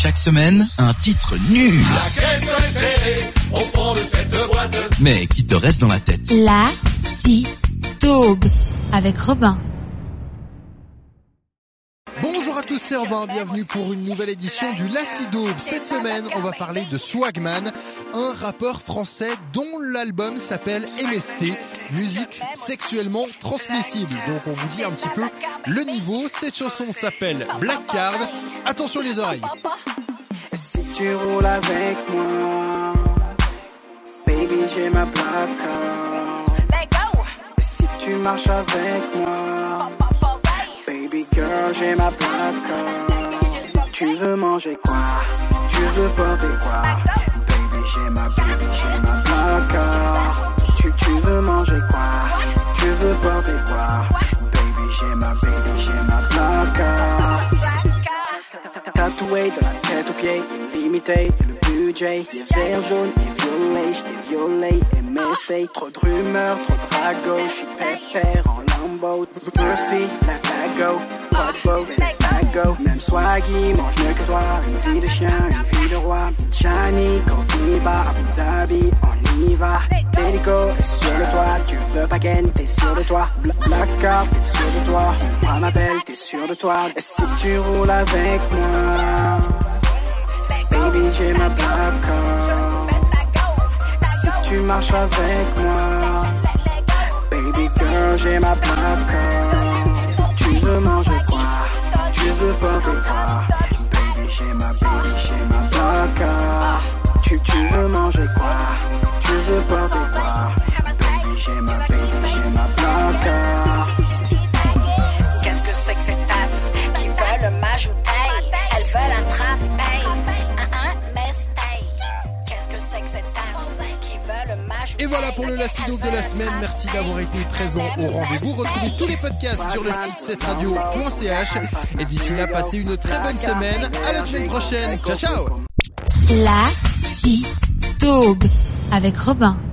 Chaque semaine, un titre nul. La caisse est serrée au fond de cette boîte. Mais qui te reste dans la tête. La si taube avec Robin. Bonjour à tous, c'est Robin, bienvenue pour une nouvelle édition du Lacidaube. Cette semaine, on va parler de Swagman, un rappeur français dont l'album s'appelle MST, musique sexuellement transmissible. Donc on vous dit un petit peu le niveau. Cette chanson s'appelle Black Card. Attention les oreilles. Si tu roules avec moi, baby j'ai ma Black Card. Si tu marches avec moi, baby girl, j'ai ma Black Card. Tu veux manger quoi? Tu veux porter quoi? Baby, j'ai ma Black Card. Tu veux manger quoi? Tu veux porter quoi? Baby, j'ai ma Black Card. Tatoué de la tête aux pieds, illimité, et le budget. Les verts jaunes et violets, j't'ai violé et MST. Trop de rumeurs, trop de ragots, j'suis pépère en Lambo. Merci, la tago, pas de beau, mais laisse ta go. Même swaggy, mange mieux que toi, une vie de chien, une vie de roi. Chani, Coquiba, Abu Dhabi, on y va. L'hélico est sur le toit, tu veux pas ken, t'es sûr de toi. Black Card, t'es sûr de toi. Prends ma belle, t'es sûr de toi. Et si tu roules avec moi, baby j'ai ma Black Card. Et si tu marches avec moi, baby girl j'ai ma Black Card. Tu veux manger quoi? Tu veux porter quoi? Baby j'ai ma Black Card. Tu veux manger quoi? Tu veux porter quoi? Baby j'ai ma Black Card. Qu'est-ce que c'est que ces tasses qui veulent m'ajouter? Elles veulent attraper un mistake. Qu'est-ce que c'est que ces tasses qui veulent m'ajouter? Et voilà pour le Lacidaube de la semaine. Merci d'avoir été présent au rendez-vous. Retrouvez tous les podcasts sur le site cetteradio.ch. Et d'ici là, passez une très bonne semaine. À la semaine prochaine. Ciao, ciao. La si taube avec Robin.